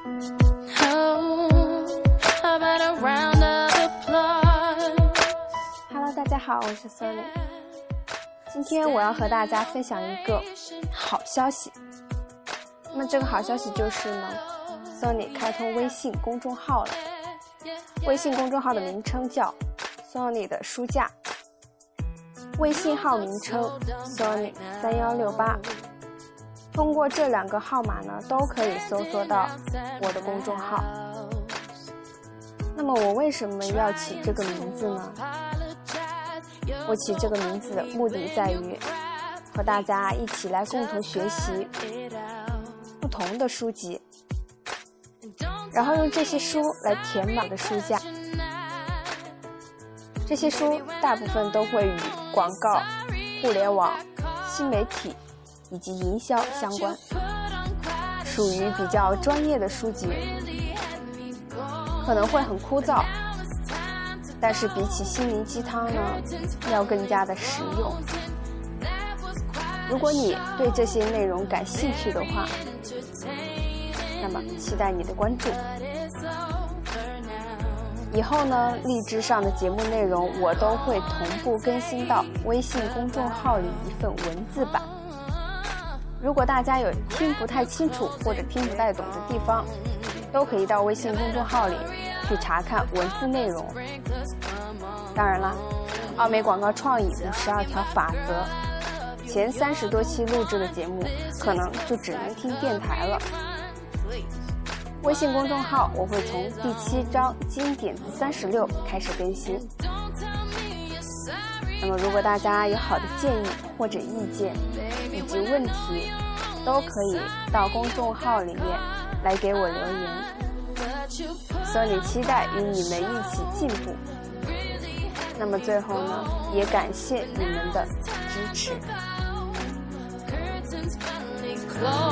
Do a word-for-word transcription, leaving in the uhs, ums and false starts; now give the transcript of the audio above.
Hello， 大家好，我是 Sony。今天我要和大家分享一个好消息。那么这个好消息就是呢 ，Sony 开通微信公众号了。微信公众号的名称叫 Sony 的书架，微信号名称 Sony 三一六八。通过这两个号码呢，都可以搜索到我的公众号。那么我为什么要起这个名字呢？我起这个名字的目的在于和大家一起来共同学习不同的书籍，然后用这些书来填满的书架。这些书大部分都会与广告、互联网、新媒体以及营销相关，属于比较专业的书籍，可能会很枯燥，但是比起心灵鸡汤呢，要更加的实用。如果你对这些内容感兴趣的话，那么期待你的关注。以后呢，荔枝上的节目内容我都会同步更新到微信公众号里一份文字版。如果大家有听不太清楚或者听不太懂的地方，都可以到微信公众号里去查看文字内容。当然啦，奥美广告创意五十二条法则，前三十多期录制的节目可能就只能听电台了。微信公众号我会从第七章经典三十六开始更新。那么如果大家有好的建议或者意见以及问题，都可以到公众号里面来给我留言。所以期待与你们一起进步。那么最后呢，也感谢你们的支持。